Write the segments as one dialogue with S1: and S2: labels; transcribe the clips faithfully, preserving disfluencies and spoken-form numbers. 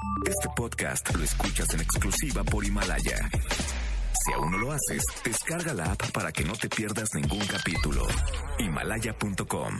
S1: Este podcast lo escuchas en exclusiva por Himalaya. Si aún no lo haces, descarga la app para que no te pierdas ningún capítulo. Himalaya punto com.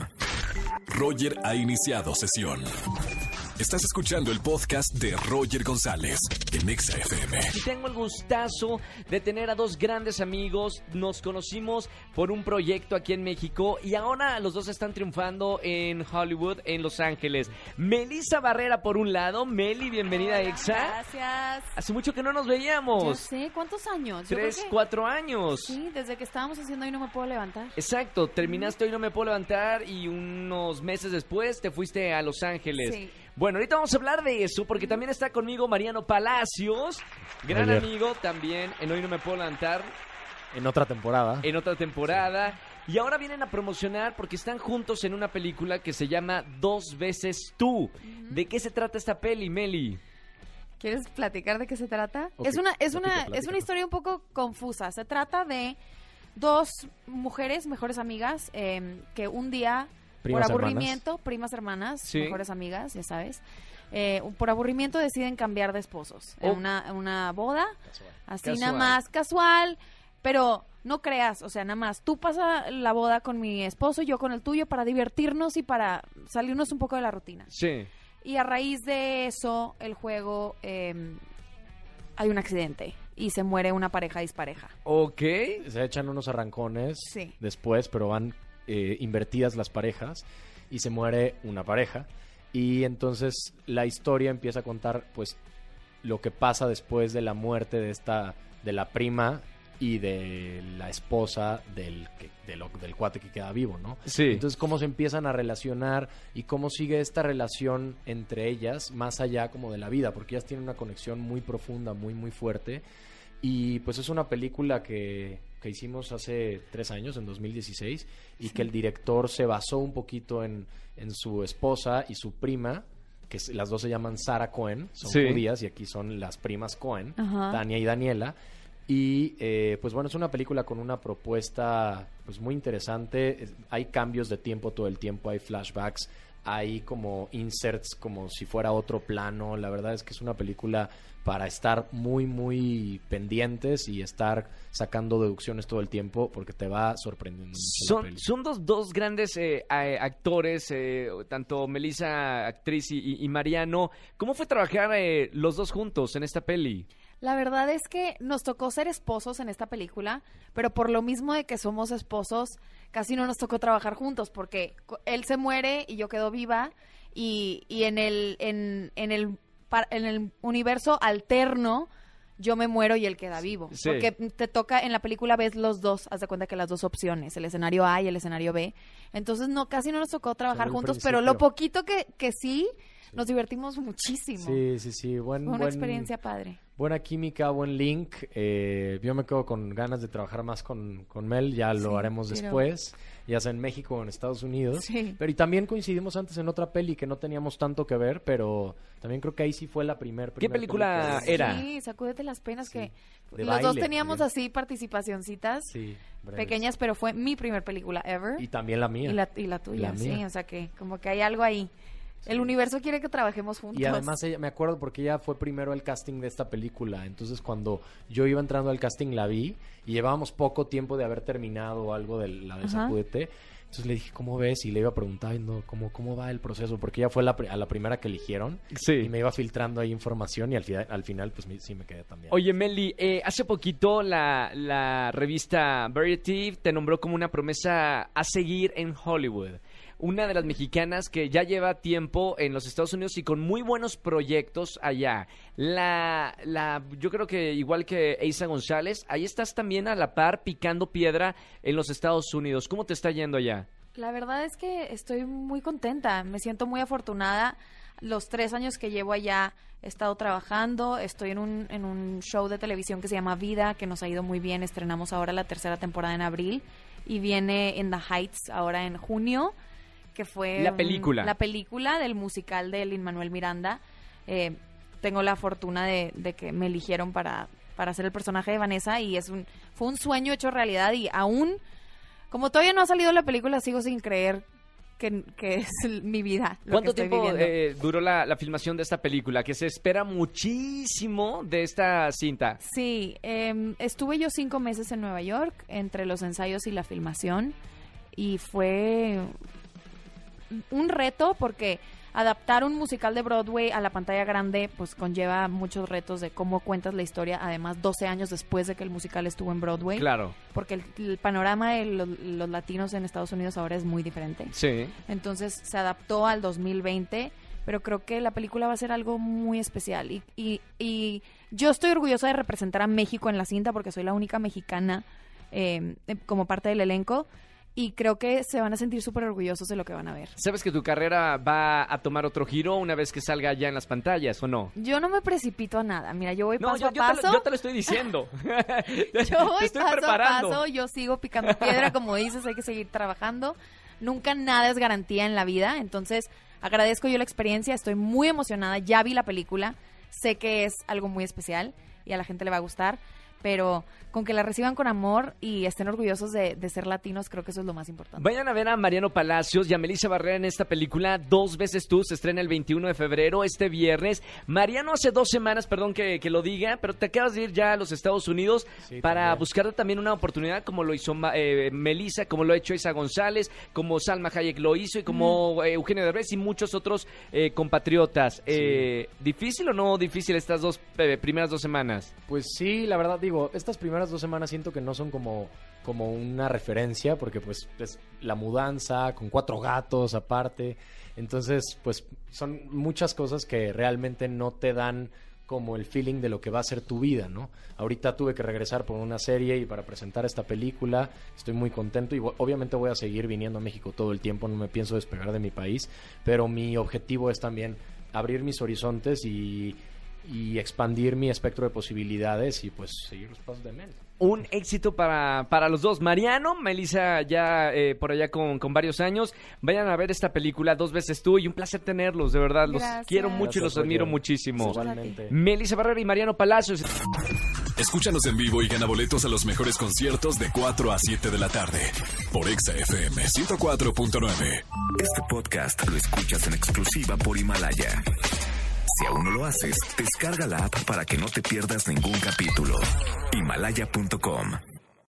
S2: Roger ha iniciado sesión. Estás escuchando el podcast de Roger González en Exa F M.
S3: Y tengo el gustazo de tener a dos grandes amigos. Nos conocimos por un proyecto aquí en México y ahora los dos están triunfando en Hollywood, en Los Ángeles. Melissa Barrera por un lado. Meli, bienvenida a Exa.
S4: Gracias.
S3: Hace mucho que no nos veíamos.
S4: Ya sé, ¿cuántos años? Yo
S3: Tres,
S4: creo que-
S3: cuatro años.
S4: Sí, desde que estábamos haciendo Hoy No Me Puedo Levantar.
S3: Exacto, terminaste Hoy No Me Puedo Levantar y unos meses después te fuiste a Los Ángeles.
S4: Sí.
S3: Bueno, ahorita vamos a hablar de eso porque también está conmigo Mariano Palacios, gran
S5: Ayer.
S3: amigo también en Hoy No Me Puedo Levantar,
S5: En otra temporada.
S3: en otra temporada. Y ahora vienen a promocionar porque están juntos en una película que se llama Dos Veces Tú. ¿De qué se trata esta peli, Meli?
S4: ¿Quieres platicar de qué se trata?
S5: Ok,
S4: Es una, es
S5: platica,
S4: una, es
S5: platícanos.
S4: una historia un poco confusa. Se trata de dos mujeres, mejores amigas, eh, que un día,
S5: Primas
S4: por aburrimiento,
S5: hermanas.
S4: primas hermanas,
S3: Sí.
S4: mejores amigas, ya sabes, eh, por aburrimiento deciden cambiar de esposos.
S3: Oh.
S4: En una, en una boda, así
S3: Casual.
S4: nada más, casual, pero no creas, o sea, nada más, tú pasas la boda con mi esposo y yo con el tuyo para divertirnos y para salirnos un poco de la rutina.
S3: Sí.
S4: Y a raíz de eso, el juego, eh, hay un accidente y se muere una pareja dispareja.
S3: Ok.
S5: Se echan unos arrancones
S4: Sí.
S5: después, pero van eh, invertidas las parejas y se muere una pareja. Y entonces la historia empieza a contar pues lo que pasa después de la muerte de esta de la prima y de la esposa del, que- de lo- del cuate que queda vivo, ¿no?
S3: Sí.
S5: Entonces, cómo se empiezan a relacionar y cómo sigue esta relación entre ellas, más allá como de la vida, porque ellas tienen una conexión muy profunda, muy, muy fuerte. Y pues es una película que, que hicimos hace tres años, en dos mil dieciséis, y que el director se basó un poquito en, en su esposa y su prima, que es- las dos se llaman Sarah Cohen, son
S3: Sí.
S5: judías, y aquí son las primas Cohen,
S4: Ajá.
S5: Tania y Daniela. Y eh, pues bueno, es una película con una propuesta pues muy interesante. Es- hay cambios de tiempo todo el tiempo, hay flashbacks, hay como inserts como si fuera otro plano. La verdad es que es una película para estar muy muy pendientes y estar sacando deducciones todo el tiempo porque te va sorprendiendo mucho la
S3: Son,
S5: peli.
S3: son dos, dos grandes eh, a- actores, eh, tanto Melissa, actriz, y, y- y Mariano. ¿Cómo fue trabajar eh, los dos juntos en esta peli?
S4: La verdad es que nos tocó ser esposos en esta película, pero por lo mismo de que somos esposos, casi no nos tocó trabajar juntos, porque co- él se muere y yo quedo viva, y, y en el, en, en el, par- en el universo alterno, yo me muero y él queda vivo.
S3: Sí.
S4: Porque te toca, en la película ves los dos, haz de cuenta que las dos opciones, el escenario A y el escenario B. Entonces no, casi no nos tocó trabajar
S5: un
S4: juntos, pero
S5: principio.
S4: lo poquito que, que sí, nos divertimos muchísimo.
S5: Sí, sí, sí. Buen,
S4: Fue una
S5: buen-
S4: experiencia padre.
S5: Buena química, buen link. Eh, yo me quedo con ganas de trabajar más con, con Mel. Ya lo
S4: Sí,
S5: haremos
S4: pero-
S5: después, ya sea en México o en Estados Unidos.
S4: Sí.
S5: Pero y también coincidimos antes en otra peli que no teníamos tanto que ver, pero también creo que ahí sí fue la primer,
S3: ¿Qué
S5: primer
S3: película
S5: película.
S3: era?
S4: Sí, sacúdete las penas
S5: Sí,
S4: que
S5: de
S4: los dos
S5: baile,
S4: teníamos
S5: bien.
S4: así participacioncitas
S5: Sí, breves.
S4: pequeñas, pero fue mi primer película ever
S5: Y también la mía.
S4: y la, y la tuya,
S5: La
S4: sí,
S5: mía.
S4: o sea que como que hay algo ahí. El universo quiere que trabajemos juntos.
S5: Y además ella, me acuerdo porque ella fue primero al casting de esta película. Entonces cuando yo iba entrando al casting la vi y llevábamos poco tiempo de haber terminado algo de la de
S4: Ajá.
S5: Sacúdete. Entonces le dije, ¿cómo ves? Y le iba preguntando cómo, cómo va el proceso. Porque ella fue la, pri- a la primera que eligieron.
S3: Sí.
S5: Y me iba filtrando ahí información y al, final al final pues me- sí me quedé también.
S3: Oye, Meli, eh, hace poquito la, la revista Variety te nombró como una promesa a seguir en Hollywood. Una de las mexicanas que ya lleva tiempo en los Estados Unidos y con muy buenos proyectos allá. La, la, yo creo que igual que Eiza González, ahí estás también a la par picando piedra en los Estados Unidos. ¿Cómo te está yendo allá?
S4: La verdad es que estoy muy contenta, me siento muy afortunada. Los tres años que llevo allá he estado trabajando, estoy en un, en un show de televisión que se llama Vida, que nos ha ido muy bien, estrenamos ahora la tercera temporada en abril y viene In the Heights ahora en junio, que fue...
S3: La
S4: un-
S3: película.
S4: la película del musical de Lin-Manuel Miranda. Eh, tengo la fortuna de, de que me eligieron para, para hacer el personaje de Vanessa y es un fue un sueño hecho realidad y aún... Como todavía no ha salido la película, sigo sin creer que, que es mi vida. Lo
S3: ¿Cuánto
S4: que estoy
S3: tiempo
S4: viviendo.
S3: eh, duró la, la filmación de esta película? Que se espera muchísimo de esta cinta.
S4: Sí, eh, estuve yo cinco meses en Nueva York entre los ensayos y la filmación y fue un reto porque adaptar un musical de Broadway a la pantalla grande pues conlleva muchos retos de cómo cuentas la historia, además doce años después de que el musical estuvo en Broadway.
S3: Claro.
S4: Porque el, el panorama de los, los latinos en Estados Unidos ahora es muy diferente.
S3: Sí.
S4: Entonces se adaptó al dos mil veinte, pero creo que la película va a ser algo muy especial. Y, y, y yo estoy orgullosa de representar a México en la cinta porque soy la única mexicana eh, como parte del elenco. Y creo que se van a sentir súper orgullosos de lo que van a ver.
S3: ¿Sabes que tu carrera va a tomar otro giro una vez que salga ya en las pantallas o no?
S4: Yo no me precipito a nada. Mira, yo voy
S3: No,
S4: paso
S3: yo,
S4: a
S3: yo, te
S4: paso.
S3: lo, yo te lo estoy diciendo.
S4: Yo voy
S3: Te estoy
S4: paso
S3: preparando.
S4: a paso, yo sigo picando piedra, como dices, hay que seguir trabajando. Nunca nada es garantía en la vida, entonces agradezco yo la experiencia, estoy muy emocionada, ya vi la película, sé que es algo muy especial y a la gente le va a gustar, pero con que la reciban con amor y estén orgullosos de, de ser latinos, creo que eso es lo más importante.
S3: Vayan a ver a Mariano Palacios y a Melissa Barrera en esta película Dos Veces Tú, se estrena el veintiuno de febrero, este viernes. Mariano hace dos semanas, perdón que, que lo diga, pero te acabas de ir ya a los Estados Unidos
S5: Sí,
S3: para
S5: también.
S3: buscar también una oportunidad como lo hizo eh, Melissa, como lo ha hecho Isa González, como Salma Hayek lo hizo y como eh, Eugenio Derbez y muchos otros eh, compatriotas. Eh, ¿Difícil o no difícil estas dos eh, primeras dos semanas?
S5: Pues sí, la verdad digo, estas primeras dos semanas siento que no son como, como una referencia, porque pues es la mudanza con cuatro gatos aparte, entonces pues son muchas cosas que realmente no te dan como el feeling de lo que va a ser tu vida, ¿no? Ahorita tuve que regresar por una serie y para presentar esta película, estoy muy contento y obviamente voy a seguir viniendo a México todo el tiempo, no me pienso despegar de mi país, pero mi objetivo es también abrir mis horizontes y... y expandir mi espectro de posibilidades y pues seguir los pasos de Mel.
S3: Un éxito para, para los dos. Mariano, Melissa ya eh, por allá con, con varios años. Vayan a ver esta película Dos Veces Tú y un placer tenerlos, de verdad. Los
S4: Gracias.
S3: quiero mucho y los
S5: Gracias,
S3: admiro
S5: Roger.
S3: muchísimo.
S5: Igualmente.
S3: Melissa Barrera y Mariano Palacios.
S2: Escúchanos en vivo y gana boletos a los mejores conciertos de cuatro a siete de la tarde por Exa F M ciento cuatro punto nueve.
S1: Este podcast lo escuchas en exclusiva por Himalaya. Si aún no lo haces, descarga la app para que no te pierdas ningún capítulo. Himalaya punto com